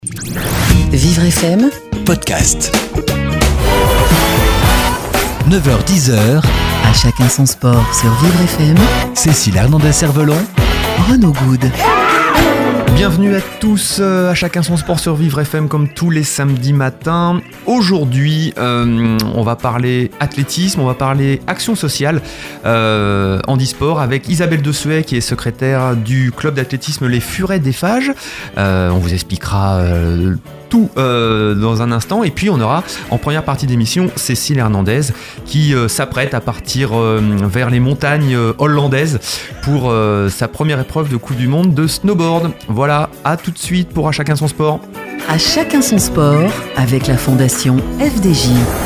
Vivre FM Podcast. 9h-10h, à chacun son sport sur Vivre FM. Cécile Hernandez-Cervelon, Renaud Good. Bienvenue à tous, à chacun son sport sur Vivre FM comme tous les samedis matins. Aujourd'hui, on va parler athlétisme, on va parler action sociale, handisport avec Isabelle Dessuet qui est secrétaire du club d'athlétisme Les Furets des Fages. On vous expliquera tout dans un instant, et puis on aura en première partie d'émission Cécile Hernandez qui s'apprête à partir vers les montagnes hollandaises pour sa première épreuve de Coupe du Monde de snowboard. Voilà, à tout de suite pour À chacun son sport. À chacun son sport avec la fondation FDJ.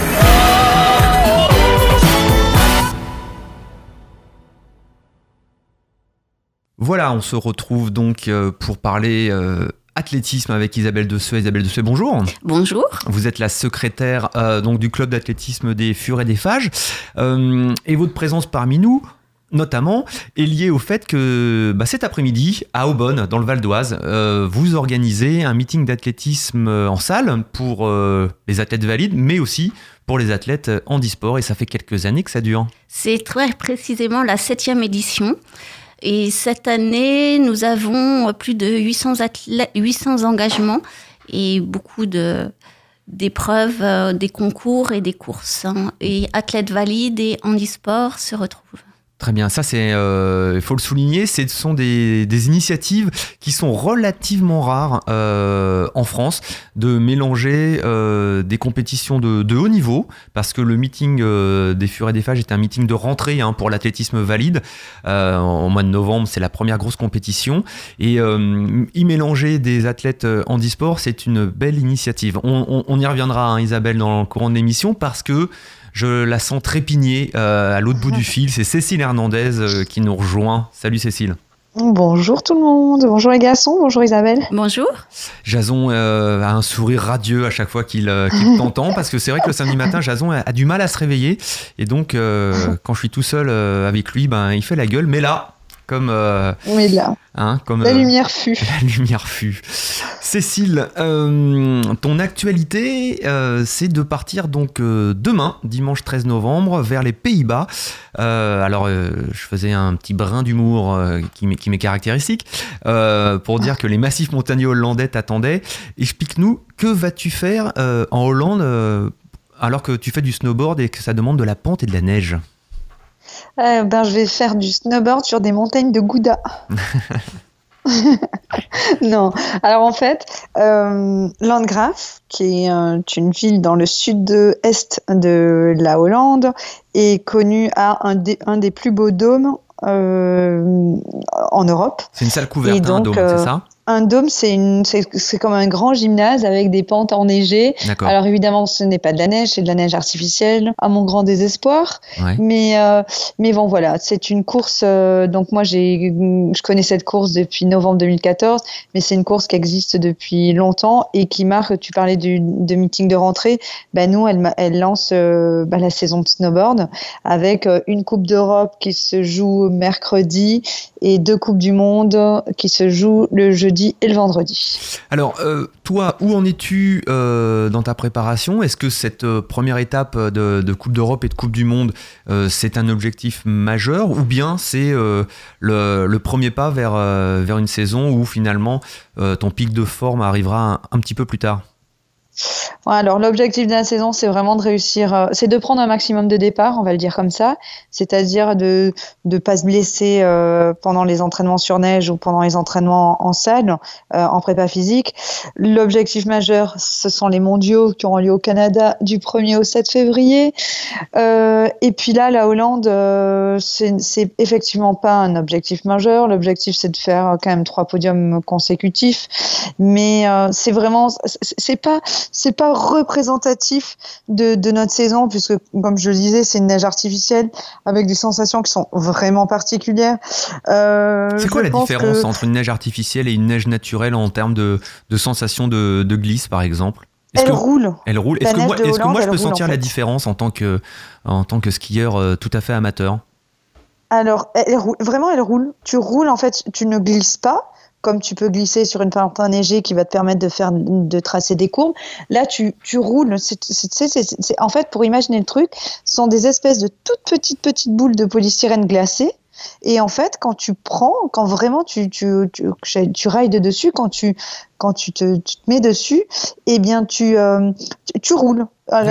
Voilà, on se retrouve donc pour parler athlétisme avec Isabelle Dessuet. Isabelle Dessuet, bonjour. Bonjour. Vous êtes la secrétaire donc du club d'athlétisme des Furets des Fages, et votre présence parmi nous notamment est liée au fait que cet après-midi à Aubonne dans le Val d'Oise, vous organisez un meeting d'athlétisme en salle pour les athlètes valides, mais aussi pour les athlètes handisport, et ça fait quelques années que ça dure. C'est très précisément la 7e édition. Et cette année, nous avons plus de 800 engagements et beaucoup d'épreuves, des concours et des courses. Et athlètes valides et handisport se retrouvent. Très bien, ça c'est, il faut le souligner, ce sont des initiatives qui sont relativement rares en France, de mélanger des compétitions de haut niveau, parce que le meeting des Furets des Fages est un meeting de rentrée pour l'athlétisme valide. Au mois de novembre, c'est la première grosse compétition, et y mélanger des athlètes handisport, c'est une belle initiative. On y reviendra, Isabelle, dans le courant de l'émission, parce que je la sens trépigner à l'autre bout du fil. C'est Cécile Hernandez qui nous rejoint. Salut Cécile. Bonjour tout le monde, bonjour les garçons, bonjour Isabelle. Bonjour. Jason a un sourire radieux à chaque fois qu'il t'entend, parce que c'est vrai que le samedi matin, Jason a du mal à se réveiller. Et donc, quand je suis tout seul avec lui, il fait la gueule. Mais là, comme la lumière fut. La lumière fut. Cécile, ton actualité, c'est de partir donc demain, dimanche 13 novembre, vers les Pays-Bas. Je faisais un petit brin d'humour qui m'est caractéristique, pour dire que les massifs montagneux hollandais t'attendaient. Explique-nous, que vas-tu faire en Hollande alors que tu fais du snowboard et que ça demande de la pente et de la neige ? Je vais faire du snowboard sur des montagnes de Gouda. Non, alors en fait, Landgraaf, qui est une ville dans le sud-est de la Hollande, est connue à un des plus beaux dômes en Europe. C'est une salle couverte, donc, un dôme, c'est ça ? Un dôme, c'est comme un grand gymnase avec des pentes enneigées. D'accord. Alors évidemment, ce n'est pas de la neige, c'est de la neige artificielle, à mon grand désespoir. Ouais. Mais bon, voilà, c'est une course. Donc moi, je connais cette course depuis novembre 2014, mais c'est une course qui existe depuis longtemps et qui marque. Tu parlais de meeting de rentrée. Nous, elle lance la saison de snowboard avec une Coupe d'Europe qui se joue mercredi et 2 Coupes du Monde qui se jouent le jeudi et le vendredi. Alors, toi, où en es-tu dans ta préparation ? Est-ce que cette première étape de Coupe d'Europe et de Coupe du Monde, c'est un objectif majeur, ou bien c'est le premier pas vers une saison où finalement ton pic de forme arrivera un petit peu plus tard ? Ouais, alors l'objectif de la saison, c'est vraiment de réussir, c'est de prendre un maximum de départs, on va le dire comme ça, c'est-à-dire de pas se blesser pendant les entraînements sur neige ou pendant les entraînements en salle, en prépa physique. L'objectif majeur, ce sont les mondiaux qui auront lieu au Canada du 1er au 7 février. Et puis là, la Hollande, c'est effectivement pas un objectif majeur. L'objectif, c'est de faire quand même 3 podiums consécutifs, mais c'est vraiment, c'est pas représentatif de notre saison, puisque, comme je le disais, c'est une neige artificielle avec des sensations qui sont vraiment particulières. C'est quoi la différence entre une neige artificielle et une neige naturelle en termes de sensation de glisse, par exemple ? Elle roule. Est-ce que moi je peux sentir la différence en tant que skieur tout à fait amateur ? Alors, elle roule. Vraiment, elle roule. Tu roules, en fait, tu ne glisses pas, comme tu peux glisser sur une pente enneigée qui va te permettre de tracer des courbes. Là, tu roules. En fait, pour imaginer le truc, ce sont des espèces de toutes petites boules de polystyrène glacées. Et en fait, quand vraiment tu railles de dessus, quand tu te mets dessus, eh bien tu roules.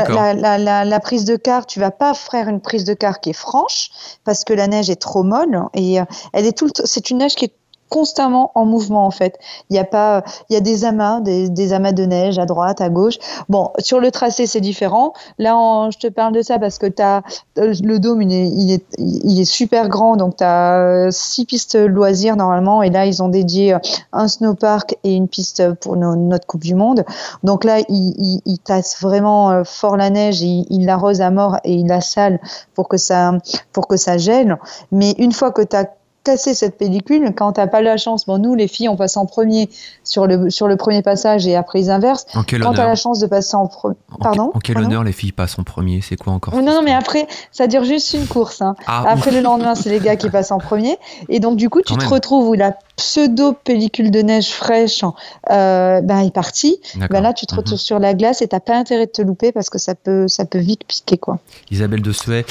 La prise de quart, tu vas pas faire une prise de quart qui est franche parce que la neige est trop molle et c'est une neige qui est constamment en mouvement en fait. Il y a des amas, des amas de neige à droite, à gauche. Bon, sur le tracé c'est différent. Là, je te parle de ça parce que le dôme il est super grand, donc tu as 6 pistes loisirs normalement, et là ils ont dédié un snowpark et une piste pour notre Coupe du Monde. Donc là, ils tassent vraiment fort la neige, ils l'arrosent à mort et ils la salent pour que ça gèle. Mais une fois que tu as casser cette pellicule, quand t'as pas la chance, nous les filles on passe en premier sur le premier passage et après ils inversent. Quand t'as la chance de passer en premier, en quel honneur les filles passent en premier, c'est quoi encore? Non, mais après ça dure juste une course. Après le lendemain c'est les gars qui passent en premier, et donc du coup tu te retrouves où la pseudo pellicule de neige fraîche est partie. Là tu te retrouves sur la glace et t'as pas intérêt de te louper parce que ça peut vite piquer quoi. Isabelle de Suez,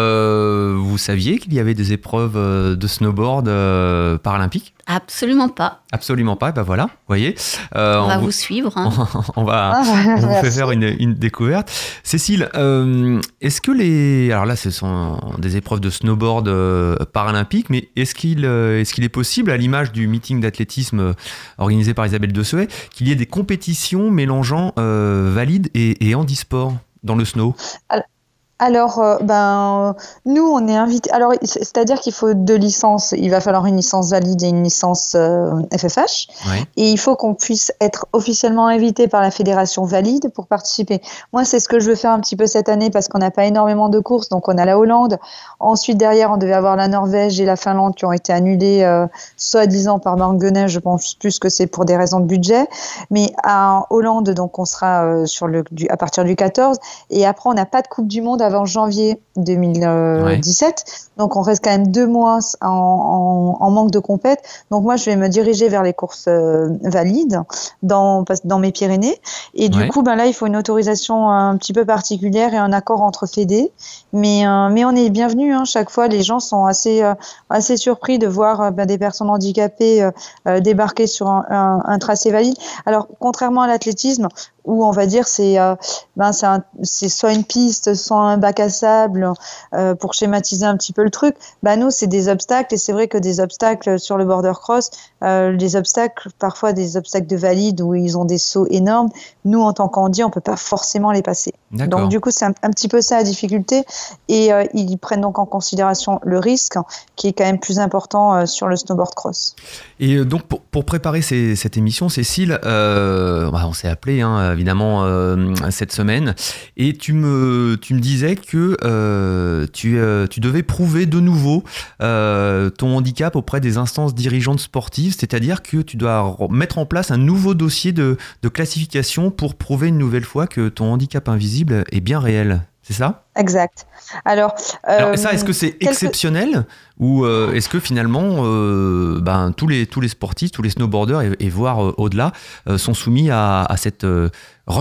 vous saviez qu'il y avait des épreuves de snowboard paralympiques? Absolument pas. Absolument pas, voilà, vous voyez. On va vous suivre. On vous fait faire une découverte. Cécile, est-ce que alors là ce sont des épreuves de snowboard paralympiques, mais est-ce qu'il est possible, à l'image du meeting d'athlétisme organisé par Isabelle de Suez, qu'il y ait des compétitions mélangeant valide et handisport dans le snow? Alors, nous, on est invités. Alors, c'est-à-dire qu'il faut 2 licences. Il va falloir une licence valide et une licence FFH. Ouais. Et il faut qu'on puisse être officiellement invité par la fédération valide pour participer. Moi, c'est ce que je veux faire un petit peu cette année parce qu'on n'a pas énormément de courses. Donc, on a la Hollande. Ensuite, derrière, on devait avoir la Norvège et la Finlande qui ont été annulées, soi-disant par Marc Guenet. Je pense plus que c'est pour des raisons de budget. Mais en Hollande, donc, on sera à partir du 14. Et après, on n'a pas de Coupe du Monde avant janvier 2017. Ouais. Donc, on reste quand même 2 mois en manque de compète. Donc, moi, je vais me diriger vers les courses valides dans mes Pyrénées. Et du coup, là, il faut une autorisation un petit peu particulière et un accord entre fédés. Mais on est bienvenus. Chaque fois, les gens sont assez surpris de voir des personnes handicapées débarquer sur un tracé valide. Alors, contrairement à l'athlétisme, où on va dire c'est soit une piste, soit un bac à sable, pour schématiser un petit peu le truc. Nous, c'est des obstacles, et c'est vrai que des obstacles sur le border cross, parfois des obstacles de valide où ils ont des sauts énormes, nous, en tant qu'handi, on peut pas forcément les passer. D'accord. Donc, du coup, c'est un petit peu ça la difficulté, et ils prennent donc en considération le risque, qui est quand même plus important sur le snowboard cross. Et donc, pour préparer cette émission, Cécile, on s'est appelé, évidemment, cette semaine, et tu me disais que tu devais prouver de nouveau ton handicap auprès des instances dirigeantes sportives, c'est-à-dire que tu dois mettre en place un nouveau dossier de classification pour prouver une nouvelle fois que ton handicap invisible est bien réel. C'est ça ? Exact. Alors ça, est-ce que c'est exceptionnel ou est-ce que finalement tous les sportifs, tous les snowboarders et voire au-delà sont soumis à cette reclassification ?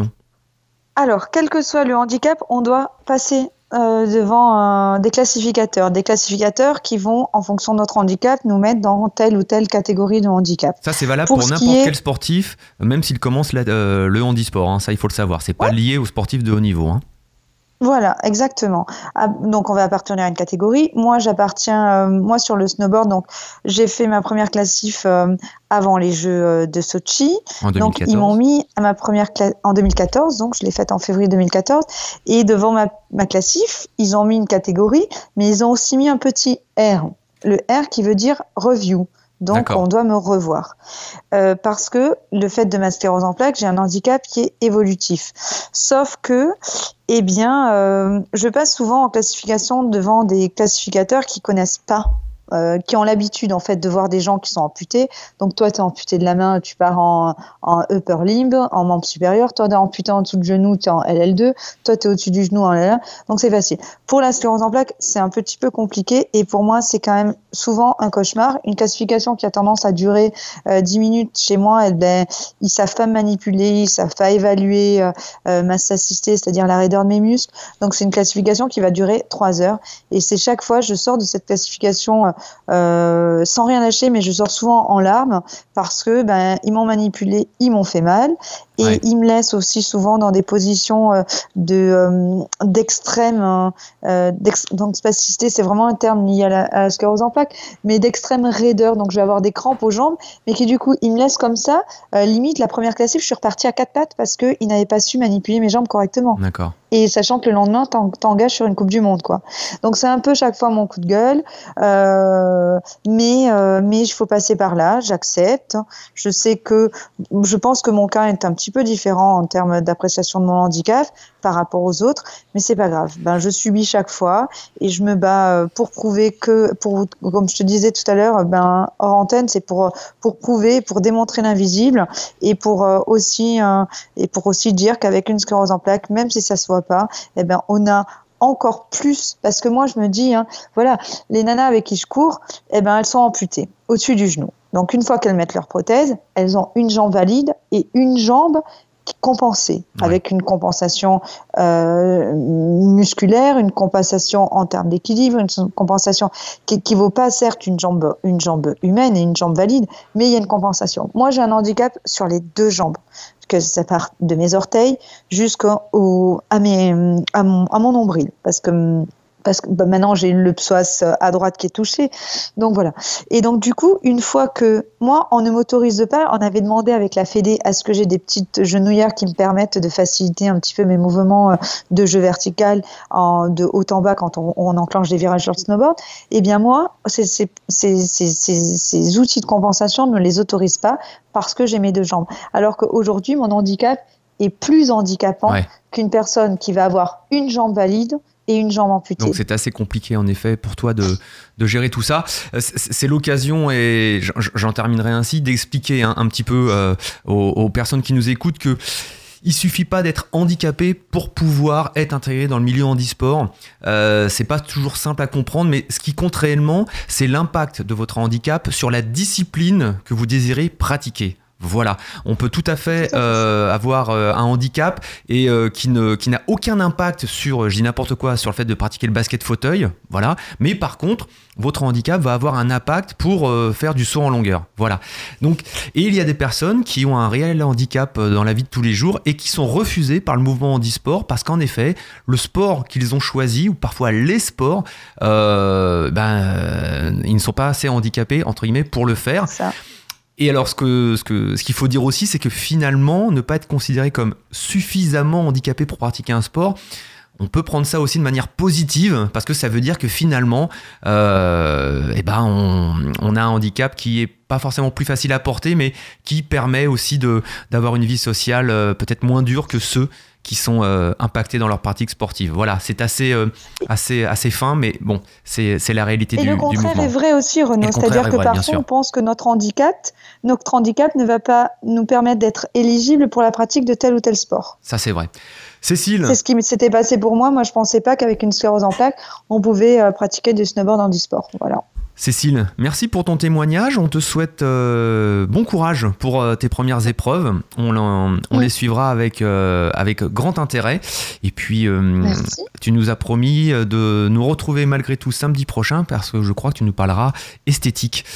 Alors, quel que soit le handicap, on doit passer devant des classificateurs qui vont, en fonction de notre handicap, nous mettre dans telle ou telle catégorie de handicap. Ça, c'est valable pour n'importe quel sportif, même s'il commence le handisport. Ça, il faut le savoir. C'est pas lié aux sportifs de haut niveau. Voilà, exactement. Donc, on va appartenir à une catégorie. Moi, j'appartiens, sur le snowboard. Donc, j'ai fait ma première classif avant les Jeux de Sochi. En 2014. Donc, ils m'ont mis à ma première en 2014. Donc, je l'ai faite en février 2014. Et devant ma classif, ils ont mis une catégorie, mais ils ont aussi mis un petit R. Le R qui veut dire review. Donc, d'accord. On doit me revoir. Parce que le fait de ma sclérose en plaques, j'ai un handicap qui est évolutif. Sauf que, je passe souvent en classification devant des classificateurs qui connaissent pas qui ont l'habitude en fait de voir des gens qui sont amputés. Donc toi, tu es amputé de la main, tu pars en upper limb, en membre supérieur. Toi, tu es amputé en dessous du genou, tu es en LL2. Toi, tu es au-dessus du genou en LL1. Donc c'est facile. Pour la sclérose en plaques, c'est un petit peu compliqué et pour moi, c'est quand même souvent un cauchemar. Une classification qui a tendance à durer 10 minutes chez moi, ils savent pas me manipuler, ils savent pas évaluer masse assistée, c'est-à-dire la raideur de mes muscles. Donc c'est une classification qui va durer 3 heures et c'est chaque fois je sors de cette classification sans rien lâcher, mais je sors souvent en larmes parce que ils m'ont manipulé, ils m'ont fait mal et ils me laissent aussi souvent dans des positions d'extrême donc spasticité, c'est vraiment un terme lié à la sclérose en plaques, mais d'extrême raideur, donc je vais avoir des crampes aux jambes, mais qui du coup ils me laissent comme ça, limite la première classique je suis repartie à 4 pattes parce qu'ils n'avaient pas su manipuler mes jambes correctement. D'accord. Et sachant que le lendemain, t'engages sur une Coupe du Monde, quoi. Donc c'est un peu chaque fois mon coup de gueule, mais il faut passer par là. J'accepte. Je pense que mon cas est un petit peu différent en termes d'appréciation de mon handicap par rapport aux autres, mais c'est pas grave. Je subis chaque fois et je me bats pour prouver comme je te disais tout à l'heure, hors antenne, c'est pour prouver, pour démontrer l'invisible et pour aussi dire qu'avec une sclérose en plaques, même si ça se voit pas, on a encore plus, parce que moi je me dis, voilà, les nanas avec qui je cours, elles sont amputées au-dessus du genou. Donc une fois qu'elles mettent leur prothèse, elles ont une jambe valide et une jambe compensée, avec une compensation musculaire, une compensation en termes d'équilibre, une compensation qui vaut pas certes une jambe humaine et une jambe valide, mais il y a une compensation. Moi j'ai un handicap sur les 2 jambes, que ça part de mes orteils jusqu'à mon nombril, parce que maintenant j'ai le psoas à droite qui est touché, donc voilà. Et donc du coup, une fois que moi on ne m'autorise pas, on avait demandé avec la Fédé à ce que j'ai des petites genouillères qui me permettent de faciliter un petit peu mes mouvements de jeu vertical de haut en bas quand on enclenche des virages sur le snowboard. Et bien moi, ces outils de compensation ne les autorisent pas parce que j'ai mes 2 jambes. Alors qu'aujourd'hui, mon handicap est plus handicapant qu'une personne qui va avoir une jambe valide et une jambe amputée. Donc c'est assez compliqué en effet pour toi de gérer tout ça. C'est l'occasion, et j'en terminerai ainsi, d'expliquer un petit peu aux personnes qui nous écoutent que il suffit pas d'être handicapé pour pouvoir être intégré dans le milieu handisport. C'est pas toujours simple à comprendre, mais ce qui compte réellement, c'est l'impact de votre handicap sur la discipline que vous désirez pratiquer. Voilà, on peut tout à fait avoir un handicap et qui n'a aucun impact sur, je dis n'importe quoi, sur le fait de pratiquer le basket fauteuil, voilà. Mais par contre, votre handicap va avoir un impact pour faire du saut en longueur, voilà. Donc, et il y a des personnes qui ont un réel handicap dans la vie de tous les jours et qui sont refusées par le mouvement handisport parce qu'en effet, le sport qu'ils ont choisi, ou parfois les sports, ils ne sont pas assez handicapés entre guillemets pour le faire. Ça. Et alors, ce qu'il faut dire aussi, c'est que finalement, ne pas être considéré comme suffisamment handicapé pour pratiquer un sport, on peut prendre ça aussi de manière positive, parce que ça veut dire que finalement, on a un handicap qui est pas forcément plus facile à porter, mais qui permet aussi d'avoir une vie sociale peut-être moins dure que ceux qui sont impactés dans leur pratique sportive. Voilà, c'est assez fin, mais bon, c'est la réalité du mouvement. Et le contraire est vrai aussi, Renaud. C'est-à-dire que parfois, on pense que notre handicap ne va pas nous permettre d'être éligible pour la pratique de tel ou tel sport. Ça, c'est vrai. Cécile. C'est ce qui s'était passé pour moi. Moi, je pensais pas qu'avec une sclérose en plaques, on pouvait pratiquer du snowboard handisport. Voilà. Cécile, merci pour ton témoignage. On te souhaite bon courage pour tes premières épreuves. On les suivra avec grand intérêt. Et puis, tu nous as promis de nous retrouver malgré tout samedi prochain, parce que je crois que tu nous parleras esthétique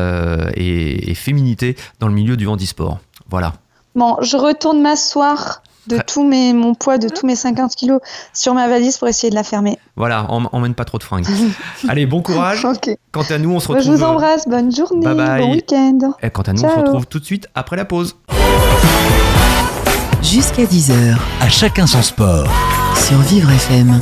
et féminité dans le milieu du handisport. Voilà. Bon, je retourne m'asseoir de mon poids de tous mes 50 kilos sur ma valise pour essayer de la fermer. Voilà, emmène pas trop de fringues. Allez, bon courage. Okay. Quant à nous, on se retrouve... Je vous embrasse, bonne journée, bye bye. Bon week-end. Et quant à nous, on se retrouve tout de suite après la pause. Jusqu'à 10h. À chacun son sport. Sur Vivre FM.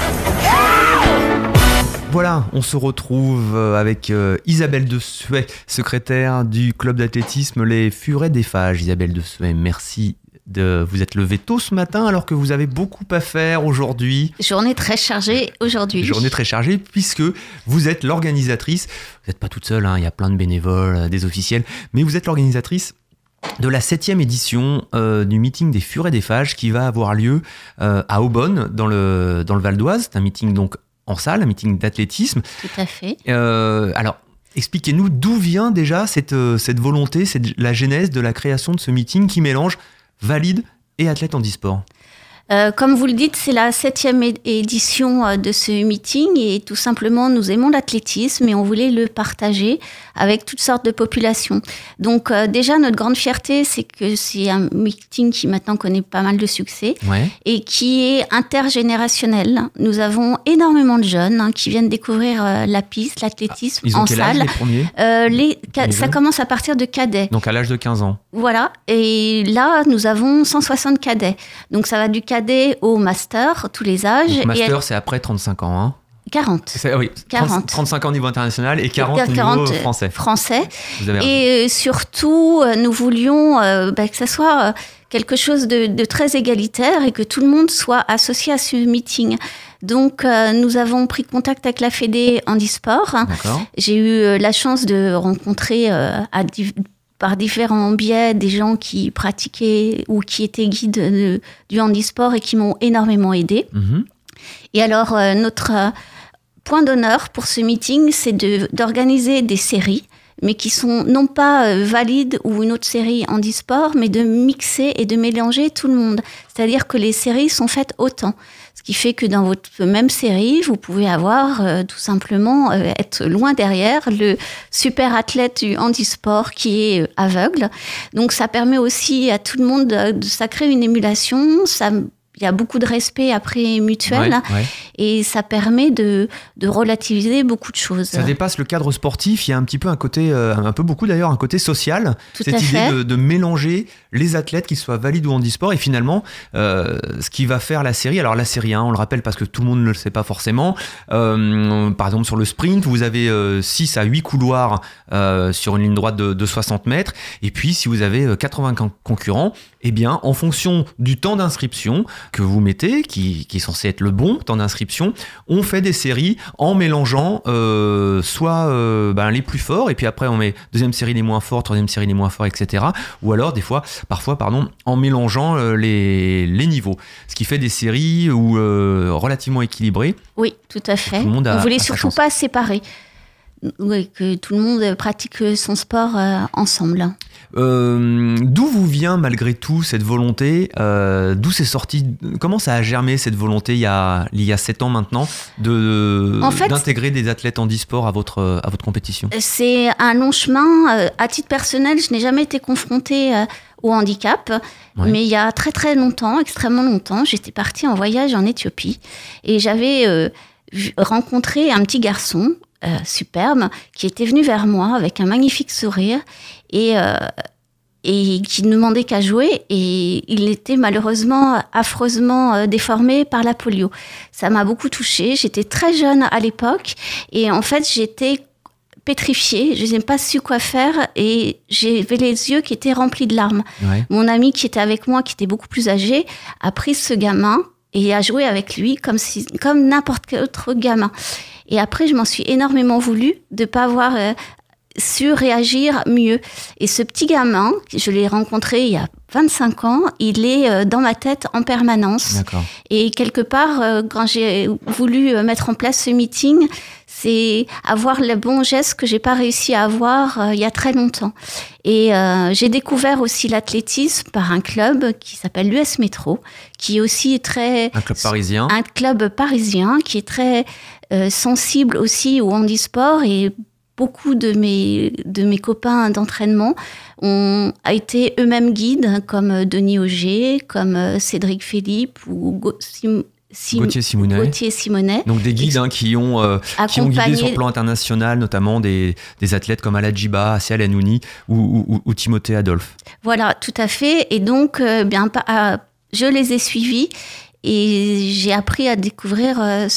Voilà, on se retrouve avec Isabelle Dessuet, secrétaire du club d'athlétisme Les Furets des Fages. Isabelle Dessuet, merci de vous êtes levé tôt ce matin alors que vous avez beaucoup à faire aujourd'hui. Journée très chargée aujourd'hui. Journée très chargée puisque vous êtes l'organisatrice. Vous n'êtes pas toute seule, il y a plein de bénévoles, des officiels, mais vous êtes l'organisatrice de la 7e édition du meeting des Furs et des Fages qui va avoir lieu à Aubonne dans le Val d'Oise. C'est un meeting donc en salle, un meeting d'athlétisme. Tout à fait. Alors, expliquez-nous d'où vient déjà cette volonté, la genèse de la création de ce meeting qui mélange valides et athlètes handisport. Comme vous le dites, c'est la 7e édition de ce meeting et tout simplement, nous aimons l'athlétisme et on voulait le partager avec toutes sortes de populations. Donc déjà, notre grande fierté, c'est que c'est un meeting qui maintenant connaît pas mal de succès et qui est intergénérationnel. Nous avons énormément de jeunes qui viennent découvrir la piste, l'athlétisme Ils ont en quel salle. Âge, les premiers Ça commence à partir de cadets. Donc à l'âge de 15 ans. Voilà, et là, nous avons 160 cadets. Donc ça va du cadet au master, tous les âges. Donc master, c'est après 35 ans. 40. Oui, 40. 35 ans au niveau international et 40 au niveau français. Vous avez et surtout, nous voulions que ça soit quelque chose de très égalitaire et que tout le monde soit associé à ce meeting. Donc, nous avons pris contact avec la Fédé Handisport. D'accord. J'ai eu la chance de rencontrer par différents biais des gens qui pratiquaient ou qui étaient guides du handisport et qui m'ont énormément aidée. Mm-hmm. Et alors, notre point d'honneur pour ce meeting, c'est d'organiser des séries, mais qui sont non pas valides ou une autre série handisport, mais de mixer et de mélanger tout le monde. C'est-à-dire que les séries sont faites autant. Ce qui fait que dans votre même série, vous pouvez avoir tout simplement être loin derrière le super athlète du handisport qui est aveugle. Donc ça permet aussi à tout le monde ça crée une émulation, il y a beaucoup de respect après mutuel et ça permet de relativiser beaucoup de choses. Ça dépasse le cadre sportif, il y a un petit peu un côté, un peu beaucoup d'ailleurs, un côté social. Tout cette idée de mélanger les athlètes, qu'ils soient valides ou handisport, et finalement, ce qui va faire la série, alors la série 1, on le rappelle parce que tout le monde ne le sait pas forcément, par exemple sur le sprint, vous avez 6 à 8 couloirs sur une ligne droite de 60 mètres, et puis si vous avez 80 concurrents, eh bien, en fonction du temps d'inscription que vous mettez, qui est censé être le bon temps d'inscription, on fait des séries en mélangeant soit les plus forts, et puis après on met deuxième série les moins forts, troisième série les moins forts, etc. Ou alors parfois, en mélangeant les niveaux. Ce qui fait des séries relativement équilibrées. Oui, tout à fait. On ne voulait surtout pas séparer. Oui, que tout le monde pratique son sport ensemble. D'où vous vient malgré tout cette volonté, d'où c'est sorti, comment ça a germé cette volonté il y a 7 ans maintenant d'intégrer des athlètes handisport à votre compétition? C'est un long chemin. À titre personnel, je n'ai jamais été confrontée au handicap, mais il y a très très longtemps, extrêmement longtemps, j'étais partie en voyage en Éthiopie et j'avais rencontré un petit garçon superbe qui était venu vers moi avec un magnifique sourire et qui ne demandait qu'à jouer, et il était malheureusement affreusement déformé par la polio. Ça m'a beaucoup touchée, j'étais très jeune à l'époque et en fait j'étais pétrifiée, je n'ai pas su quoi faire et j'avais les yeux qui étaient remplis de larmes. Mon ami qui était avec moi, qui était beaucoup plus âgé, a pris ce gamin et a joué avec lui comme n'importe quel autre gamin. Et après, je m'en suis énormément voulu de ne pas avoir su réagir mieux. Et ce petit gamin, je l'ai rencontré il y a 25 ans, il est dans ma tête en permanence. D'accord. Et quelque part, quand j'ai voulu mettre en place ce meeting, c'est avoir le bon geste que j'ai pas réussi à avoir il y a très longtemps. Et j'ai découvert aussi l'athlétisme par un club qui s'appelle l'US Métro, qui est aussi très... Un club parisien. Un club parisien qui est très sensible aussi au handisport, et beaucoup de mes copains d'entraînement ont été eux-mêmes guides, comme Denis Auger, comme Cédric Philippe ou Gauthier Simonet. Donc des guides qui ont guidé sur le plan international, notamment des athlètes comme Aladjiba, Assia Lanouni ou Timothée Adolphe. Voilà, tout à fait. Et donc, je les ai suivis. Et j'ai appris à découvrir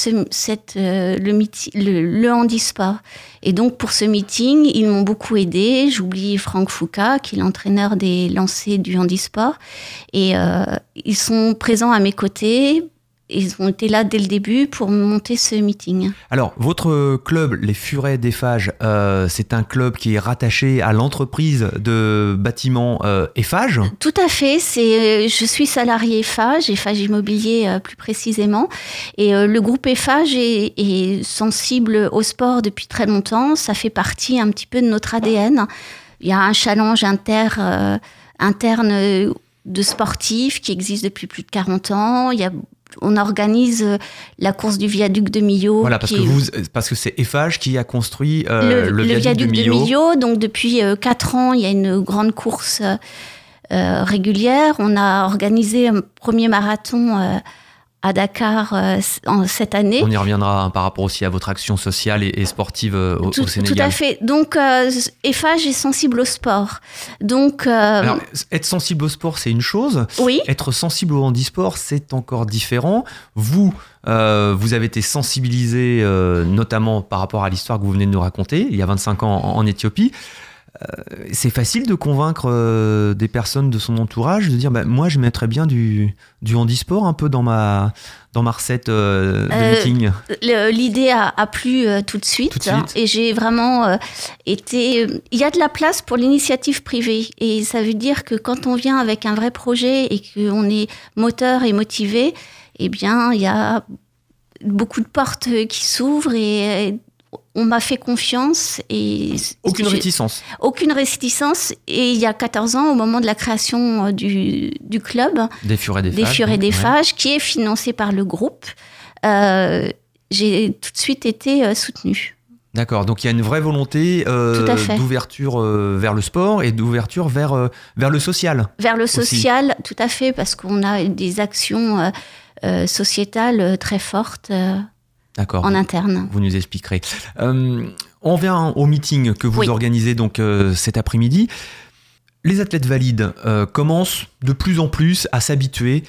le handisport. Et donc, pour ce meeting, ils m'ont beaucoup aidé. J'oublie Franck Foucault, qui est l'entraîneur des lancers du handisport. Et ils sont présents à mes côtés. Ils ont été là dès le début pour monter ce meeting. Alors, votre club, les Furets d'Eiffage, c'est un club qui est rattaché à l'entreprise de bâtiment Eiffage. Tout à fait. Je suis salariée Eiffage Immobilier plus précisément. Et le groupe Eiffage est sensible au sport depuis très longtemps. Ça fait partie un petit peu de notre ADN. Il y a un challenge interne de sportifs qui existe depuis plus de 40 ans. On organise la course du viaduc de Millau. Voilà, parce que c'est Eiffage qui a construit le viaduc de Millau. Donc depuis 4 ans, il y a une grande course régulière. On a organisé un premier marathon à Dakar cette année. On y reviendra par rapport aussi à votre action sociale et sportive au Sénégal. Tout à fait. Donc, Eiffage est sensible au sport. Donc, alors, être sensible au sport, c'est une chose. Oui. Être sensible au handisport, c'est encore différent. Vous avez été sensibilisé notamment par rapport à l'histoire que vous venez de nous raconter, il y a 25 ans en Éthiopie. C'est facile de convaincre des personnes de son entourage de dire moi je mettrais bien du handisport un peu dans ma recette de meeting. L'idée a plu tout de suite. Et j'ai vraiment été... Il y a de la place pour l'initiative privée et ça veut dire que quand on vient avec un vrai projet et qu'on est moteur et motivé, eh bien il y a beaucoup de portes qui s'ouvrent et on m'a fait confiance. Et Aucune réticence. Et il y a 14 ans, au moment de la création du club des Furets d'Eiffage, qui est financé par le groupe, j'ai tout de suite été soutenue. D'accord, donc il y a une vraie volonté d'ouverture vers le sport et d'ouverture vers le social. Vers le social, tout à fait, parce qu'on a des actions sociétales très fortes. D'accord. En interne. Vous nous expliquerez. On vient au meeting que vous organisez donc cet après-midi. Les athlètes valides commencent de plus en plus à s'habituer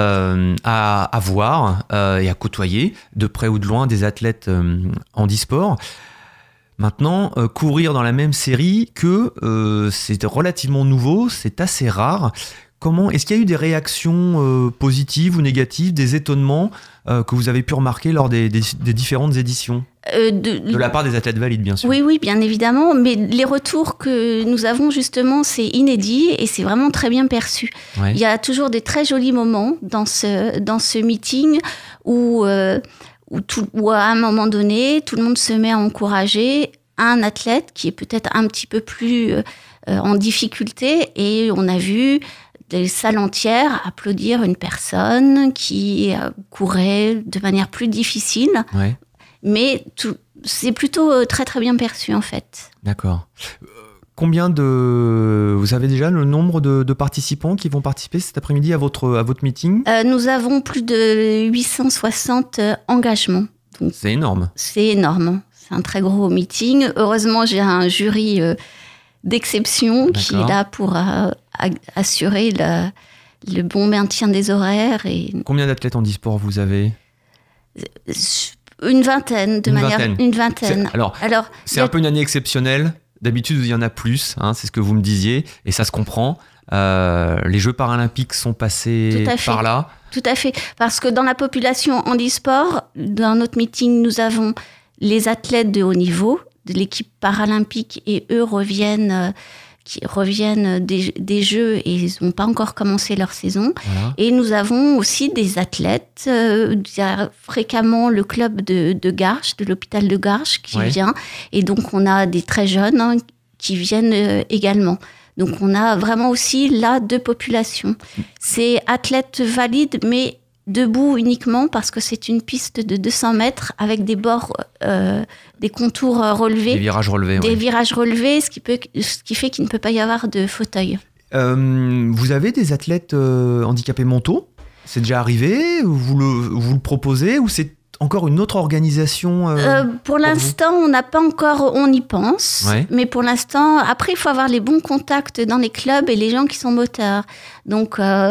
à voir et à côtoyer de près ou de loin des athlètes handisport. Maintenant, courir dans la même série c'est relativement nouveau, c'est assez rare. Est-ce qu'il y a eu des réactions positives ou négatives, des étonnements que vous avez pu remarquer lors des différentes éditions de la part des athlètes valides, bien sûr. Oui, bien évidemment. Mais les retours que nous avons, justement, c'est inédit et c'est vraiment très bien perçu. Ouais. Il y a toujours des très jolis moments dans ce meeting où à un moment donné, tout le monde se met à encourager un athlète qui est peut-être un petit peu plus en difficulté. Et on a vu des salles entières applaudir une personne qui courait de manière plus difficile. Ouais. Mais c'est plutôt très très bien perçu en fait. D'accord. Vous avez déjà le nombre de participants qui vont participer cet après-midi à votre meeting ? Nous avons plus de 860 engagements. Donc, c'est énorme. C'est énorme. C'est un très gros meeting. Heureusement, j'ai un jury d'exception qui est là pour assurer le bon maintien des horaires. Combien d'athlètes handisport vous avez ? Une vingtaine. Alors, c'est un peu une année exceptionnelle. D'habitude, il y en a plus, c'est ce que vous me disiez, et ça se comprend. Les Jeux paralympiques sont passés par là. Tout à fait, parce que dans la population handisport, dans notre meeting, nous avons les athlètes de haut niveau, de l'équipe paralympique, et eux reviennent des Jeux et ils n'ont pas encore commencé leur saison. Voilà. Et nous avons aussi des athlètes. Il y a fréquemment le club de Garches, de l'hôpital de Garches qui vient. Et donc, on a des très jeunes qui viennent également. Donc, on a vraiment aussi là deux populations. C'est athlètes valides, mais debout uniquement parce que c'est une piste de 200 mètres avec des bords, des contours relevés. Des virages relevés. Des virages relevés, ce qui fait qu'il ne peut pas y avoir de fauteuil. Vous avez des athlètes handicapés mentaux ? C'est déjà arrivé ? Vous le proposez ou c'est encore une autre organisation pour l'instant, on n'a pas encore... On y pense. Ouais. Mais pour l'instant, après, il faut avoir les bons contacts dans les clubs et les gens qui sont moteurs. Donc...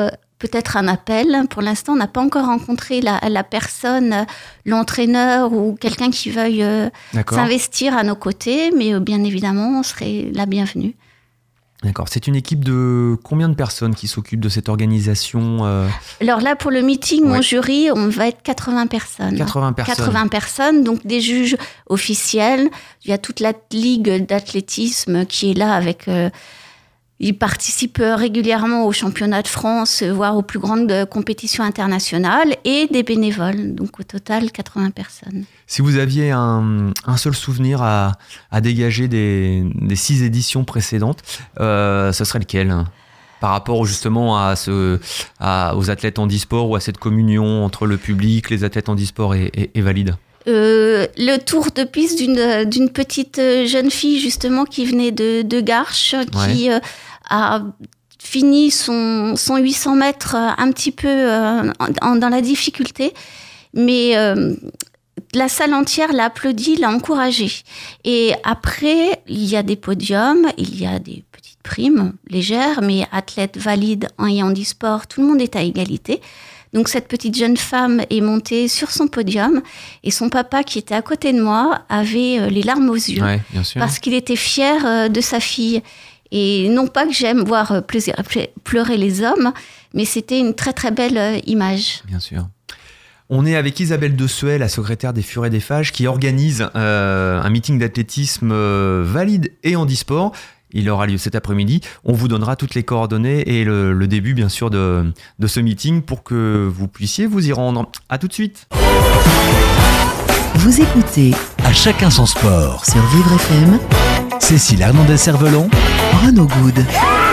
peut-être un appel. Pour l'instant, on n'a pas encore rencontré la personne, l'entraîneur ou quelqu'un qui veuille s'investir à nos côtés, mais bien évidemment, on serait la bienvenue. D'accord. C'est une équipe de combien de personnes qui s'occupent de cette organisation Alors là, pour le meeting, mon jury, on va être 80 personnes. 80 personnes. 80 personnes, donc des juges officiels. Il y a toute la ligue d'athlétisme qui est là avec... ils participent régulièrement aux championnats de France, voire aux plus grandes compétitions internationales, et des bénévoles. Donc au total, 80 personnes. Si vous aviez un seul souvenir à dégager des 6 éditions précédentes, ce serait lequel ? Par rapport justement aux athlètes handisport ou à cette communion entre le public, les athlètes handisport et valides ? Le tour de piste d'une petite jeune fille justement qui venait de Garches, qui a fini son 800 mètres un petit peu dans la difficulté, mais la salle entière l'a applaudi, l'a encouragé. Et après, il y a des podiums, il y a des petites primes légères, mais athlètes valides et handisport, tout le monde est à égalité. Donc cette petite jeune femme est montée sur son podium et son papa qui était à côté de moi avait les larmes aux yeux parce qu'il était fier de sa fille. Et non pas que j'aime voir pleurer les hommes, mais c'était une très très belle image. Bien sûr. On est avec Isabelle Dessuet, la secrétaire des Furets des Fages, qui organise un meeting d'athlétisme valide et handisport. Il aura lieu cet après-midi. On vous donnera toutes les coordonnées et le début, bien sûr, de ce meeting pour que vous puissiez vous y rendre. À tout de suite. Vous écoutez À chacun son sport. sur Vivre FM, Cécile Hernandez-Cervelon, Renaud Good.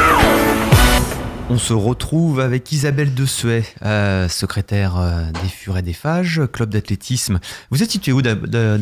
On se retrouve avec Isabelle Dessuet, secrétaire des Furets des Fages, club d'athlétisme. Vous êtes situé où d'ailleurs ?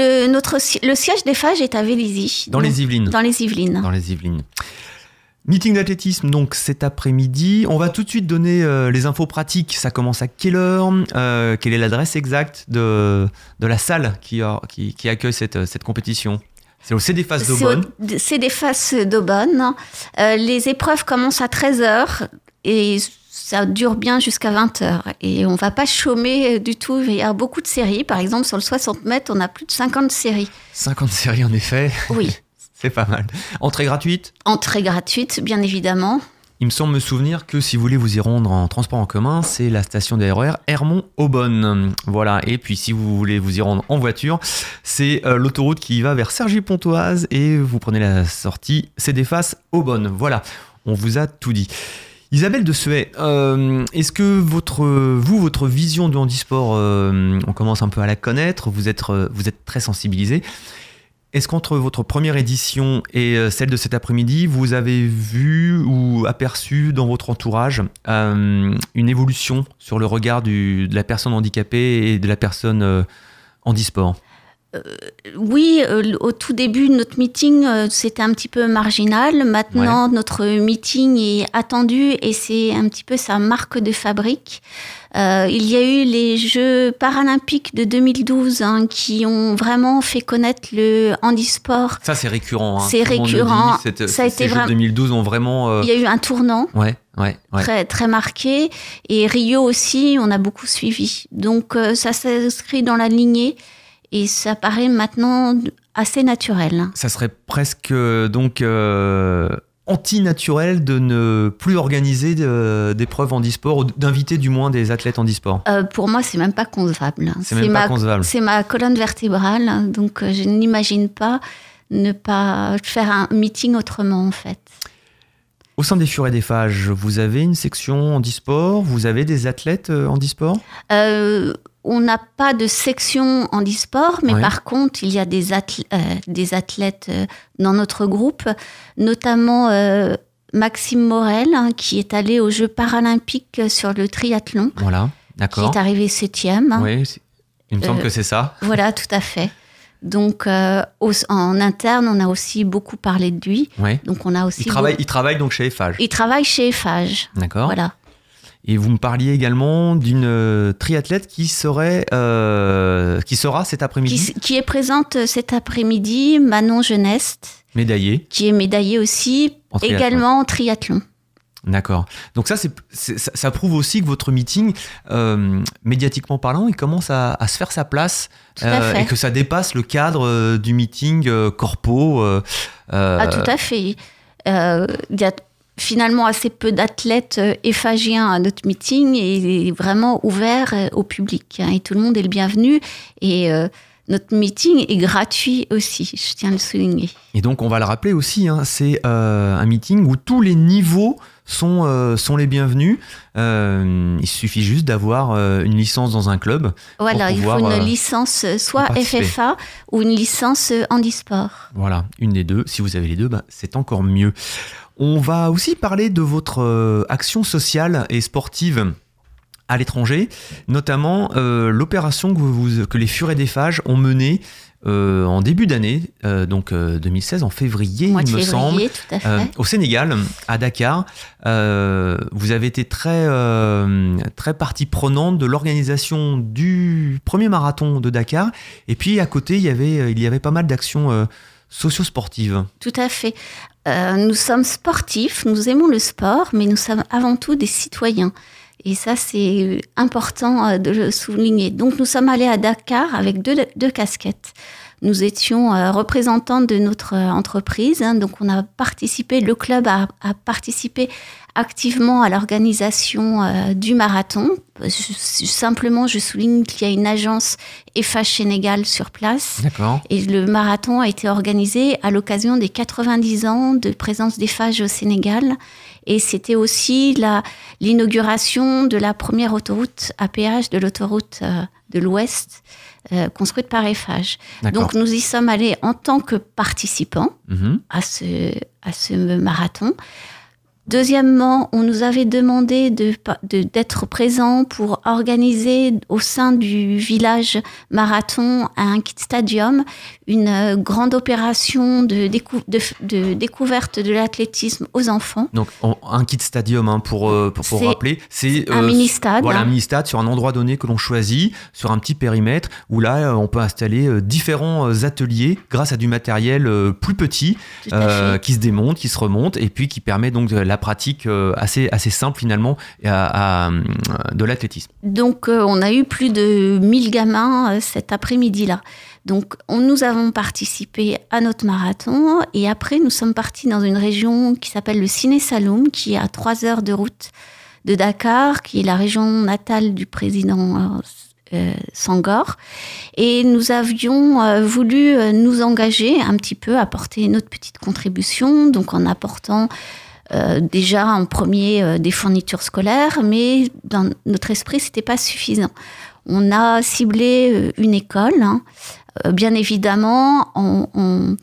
Le siège des Fages est à Vélizy. Dans les Yvelines. Dans les Yvelines. Dans les Yvelines. Meeting d'athlétisme donc cet après-midi. On va tout de suite donner les infos pratiques. Ça commence à quelle heure ? Quelle est l'adresse exacte de la salle qui accueille cette compétition ? C'est au CDFAS d'Aubonne. C'est au CDFAS d'Aubonne. Les épreuves commencent à 13h et ça dure bien jusqu'à 20h. Et on ne va pas chômer du tout. Il y a beaucoup de séries. Par exemple, sur le 60 mètres, on a plus de 50 séries. 50 séries, en effet. Oui. C'est pas mal. Entrée gratuite ? Entrée gratuite, bien évidemment. Il me semble me souvenir que si vous voulez vous y rendre en transport en commun, c'est la station des RER Hermont-Aubonne. Voilà. Et puis si vous voulez vous y rendre en voiture, c'est l'autoroute qui va vers Cergy-Pontoise et vous prenez la sortie CDFAS Aubonne. Voilà. On vous a tout dit. Isabelle Dessuet, est-ce que votre vision du handisport, on commence un peu à la connaître, vous êtes très sensibilisée. Est-ce qu'entre votre première édition et celle de cet après-midi, vous avez vu ou aperçu dans votre entourage une évolution sur le regard de la personne handicapée et de la personne handisport ? Oui, au tout début de notre meeting, c'était un petit peu marginal. Maintenant, notre meeting est attendu et c'est un petit peu sa marque de fabrique. Il y a eu les Jeux paralympiques de 2012 qui ont vraiment fait connaître le handisport. Ça, c'est récurrent. C'est récurrent. Ça a été Jeux de 2012 ont vraiment... Il y a eu un tournant très, très marqué. Et Rio aussi, on a beaucoup suivi. Donc, ça s'inscrit dans la lignée. Et ça paraît maintenant assez naturel. Ça serait presque donc anti-naturel de ne plus organiser d'épreuves handisport ou d'inviter du moins des athlètes handisport. Pour moi, c'est même pas concevable. Concevable. C'est ma colonne vertébrale, donc je n'imagine pas ne pas faire un meeting autrement en fait. Au sein des Furets des Fages, vous avez une section handisport ? Vous avez des athlètes handisport ? On n'a pas de section handisport, mais par contre, il y a des athlètes dans notre groupe, notamment Maxime Morel, qui est allé aux Jeux paralympiques sur le triathlon. Voilà, d'accord. Qui est arrivé 7e. Oui, il me semble que c'est ça. Voilà, tout à fait. Donc, en interne, on a aussi beaucoup parlé de lui. Oui. Donc, on a aussi il travaille donc chez Eiffage. Il travaille chez Eiffage. D'accord. Voilà. Et vous me parliez également d'une triathlète qui sera cet après-midi. Qui est présente cet après-midi, Manon Geneste. Médaillée. Qui est médaillée aussi, également en triathlon. D'accord. Donc ça prouve aussi que votre meeting, médiatiquement parlant, il commence à se faire sa place Tout à fait. et que ça dépasse le cadre du meeting corpo. Tout à fait. Il y a finalement assez peu d'athlètes éphagiens à notre meeting et il est vraiment ouvert au public. Et tout le monde est le bienvenu. Et notre meeting est gratuit aussi, je tiens à le souligner. Et donc on va le rappeler aussi, c'est un meeting où tous les niveaux sont les bienvenus. Il suffit juste d'avoir une licence dans un club. Voilà, pour pouvoir, il faut une licence soit participer. FFA ou une licence handisport. Voilà, une des deux. Si vous avez les deux, c'est encore mieux. On va aussi parler de votre action sociale et sportive à l'étranger, notamment l'opération que les Furets des Phages ont menée en début d'année, donc 2016, en février, Mois de il me semble, février, tout à fait. au Sénégal, à Dakar. Vous avez été très partie prenante de l'organisation du premier marathon de Dakar. Et puis à côté, il y avait pas mal d'actions socio-sportives. Tout à fait. Nous sommes sportifs, nous aimons le sport, mais nous sommes avant tout des citoyens. Et ça, c'est important de le souligner. Donc, nous sommes allés à Dakar avec deux casquettes. Nous étions représentants de notre entreprise. Donc, on a participé, le club a participé activement à l'organisation du marathon. Simplement, je souligne qu'il y a une agence EFAGE Sénégal sur place. D'accord. Et le marathon a été organisé à l'occasion des 90 ans de présence d'EFAGE au Sénégal. Et c'était aussi l'inauguration de la première autoroute à péage de l'autoroute de l'Ouest construite par EFAGE. D'accord. Donc nous y sommes allés en tant que participants à ce marathon. Deuxièmement, on nous avait demandé d'être présents pour organiser au sein du village marathon à un kit stadium une grande opération de découverte de l'athlétisme aux enfants. Donc un kit stadium, pour rappeler, c'est un mini-stade. Voilà, un mini-stade sur un endroit donné que l'on choisit, sur un petit périmètre, où là on peut installer différents ateliers grâce à du matériel plus petit, qui se démonte, qui se remonte, et puis qui permet donc la pratique assez simple finalement de l'athlétisme. Donc on a eu plus de 1000 gamins cet après-midi-là. Donc nous avons participé à notre marathon et après nous sommes partis dans une région qui s'appelle le Siné Saloum, qui est à 3 heures de route de Dakar, qui est la région natale du président Senghor. Et nous avions voulu nous engager un petit peu, apporter notre petite contribution, donc en apportant déjà en premier des fournitures scolaires, mais dans notre esprit, c'était pas suffisant. On a ciblé une école, bien évidemment, en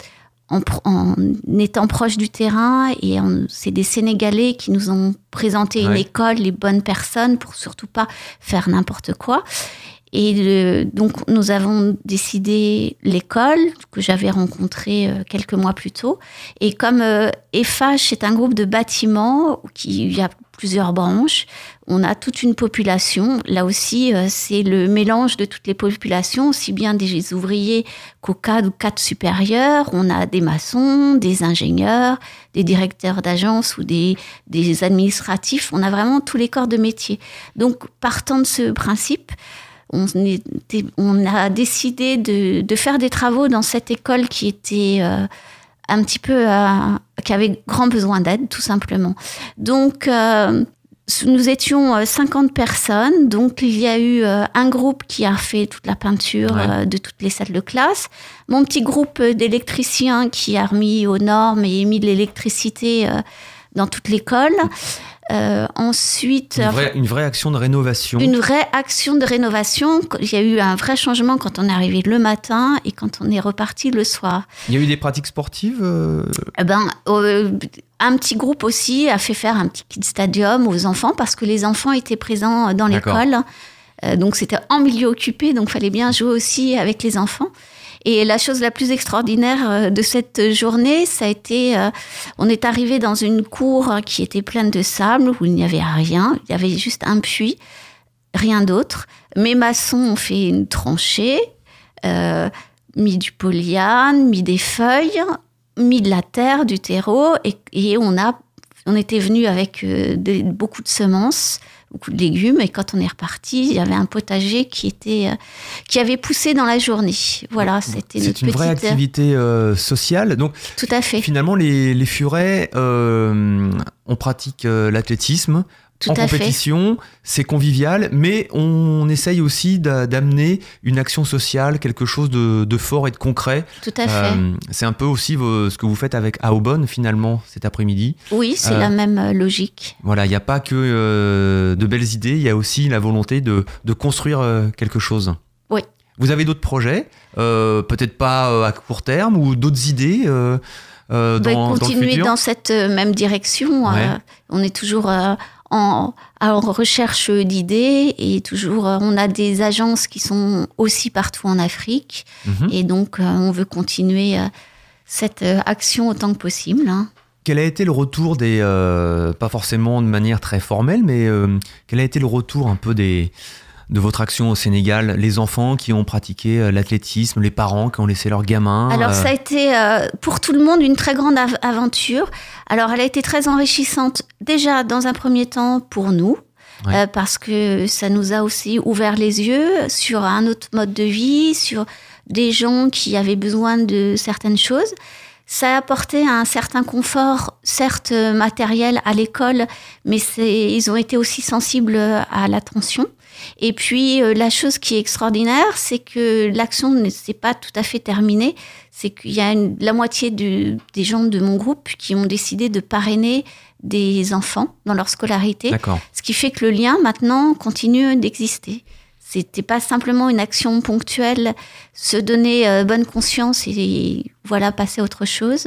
étant proche du terrain, et c'est des Sénégalais qui nous ont présenté une école, les bonnes personnes, pour surtout pas faire n'importe quoi. Et donc, nous avons décidé l'école que j'avais rencontrée quelques mois plus tôt. Et comme EFAGE, c'est un groupe de bâtiments il y a plusieurs branches, on a toute une population. Là aussi, c'est le mélange de toutes les populations, aussi bien des ouvriers qu'au cadre ou cadre supérieur. On a des maçons, des ingénieurs, des directeurs d'agence ou des administratifs. On a vraiment tous les corps de métier. Donc, partant de ce principe, on a décidé de faire des travaux dans cette école qui était un petit peu qui avait grand besoin d'aide, tout simplement. Donc nous étions 50 personnes, donc il y a eu un groupe qui a fait toute la peinture de toutes les salles de classe, mon petit groupe d'électriciens qui a remis aux normes et mis de l'électricité dans toute l'école. Ensuite, une vraie action de rénovation. Une vraie action de rénovation. Il y a eu un vrai changement quand on est arrivé le matin et quand on est reparti le soir. Il y a eu des pratiques sportives un petit groupe aussi a fait faire un petit kid stadium aux enfants parce que les enfants étaient présents dans l'école. Donc c'était en milieu occupé, donc il fallait bien jouer aussi avec les enfants. Et la chose la plus extraordinaire de cette journée, ça a été, on est arrivé dans une cour qui était pleine de sable, où il n'y avait rien, il y avait juste un puits, rien d'autre. Mes maçons ont fait une tranchée, mis du polyane, mis des feuilles, mis de la terre, du terreau, et on a on était venu avec beaucoup de semences, beaucoup de légumes, et quand on est reparti, il y avait un potager qui avait poussé dans la journée. Voilà, c'était notre petite... C'est une vraie activité sociale. Donc, tout à fait. Finalement, les Furets, on pratique l'athlétisme. En compétition, c'est convivial, mais on essaye aussi d'amener une action sociale, quelque chose de fort et de concret. Tout à fait. C'est un peu aussi ce que vous faites avec Aubonne, finalement, cet après-midi. Oui, c'est la même logique. Voilà, il n'y a pas que de belles idées, il y a aussi la volonté de construire quelque chose. Oui. Vous avez d'autres projets, peut-être pas à court terme, ou d'autres idées continuer dans cette même direction. Ouais. On est toujours... en recherche d'idées et toujours on a des agences qui sont aussi partout en Afrique et donc on veut continuer cette action autant que possible. Quel a été le retour pas forcément de manière très formelle, mais quel a été le retour un peu de votre action au Sénégal, les enfants qui ont pratiqué l'athlétisme, les parents qui ont laissé leurs gamins? Alors ça a été pour tout le monde une très grande aventure. Alors elle a été très enrichissante déjà dans un premier temps pour nous, parce que ça nous a aussi ouvert les yeux sur un autre mode de vie, sur des gens qui avaient besoin de certaines choses. Ça a apporté un certain confort, certes matériel à l'école, mais ils ont été aussi sensibles à l'attention. Et puis, la chose qui est extraordinaire, c'est que l'action ne s'est pas tout à fait terminée. C'est qu'il y a la moitié des gens de mon groupe qui ont décidé de parrainer des enfants dans leur scolarité. D'accord. Ce qui fait que le lien, maintenant, continue d'exister. C'était pas simplement une action ponctuelle, se donner bonne conscience et voilà, passer à autre chose.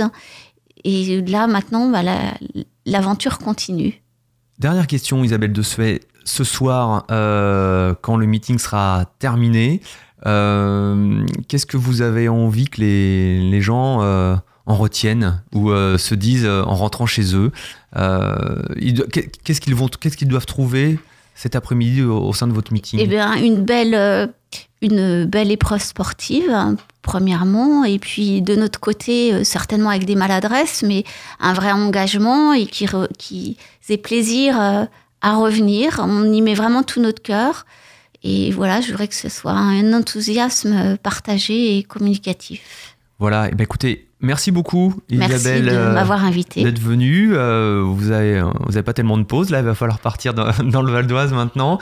Et là, maintenant, l'aventure continue. Dernière question, Isabelle Desuet. Ce soir, quand le meeting sera terminé, qu'est-ce que vous avez envie que les gens en retiennent ou se disent en rentrant chez eux? Qu'est-ce qu'ils doivent trouver cet après-midi au sein de votre meeting? Eh bien, une belle épreuve sportive, premièrement, et puis de notre côté, certainement avec des maladresses, mais un vrai engagement et qui aient plaisir à revenir. On y met vraiment tout notre cœur. Et voilà, je voudrais que ce soit un enthousiasme partagé et communicatif. Voilà, et écoutez, merci beaucoup Isabelle. Merci de m'avoir invitée. D'être venue. Vous avez pas tellement de pause, là il va falloir partir dans le Val d'Oise maintenant.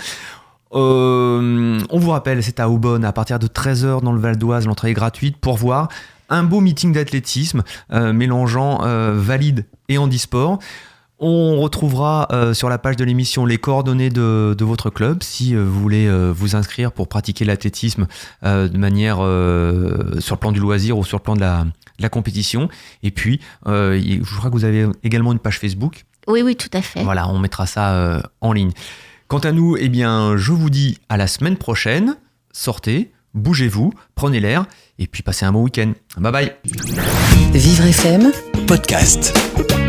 On vous rappelle, c'est à Aubonne à partir de 13h dans le Val d'Oise, l'entrée est gratuite pour voir un beau meeting d'athlétisme mélangeant valide et handisport. On retrouvera sur la page de l'émission les coordonnées de votre club si vous voulez vous inscrire pour pratiquer l'athlétisme de manière sur le plan du loisir ou sur le plan de la compétition. Et puis, je crois que vous avez également une page Facebook. Oui, tout à fait. Voilà, on mettra ça en ligne. Quant à nous, eh bien, je vous dis à la semaine prochaine. Sortez, bougez-vous, prenez l'air et puis passez un bon week-end. Bye bye. Vivre FM Podcast.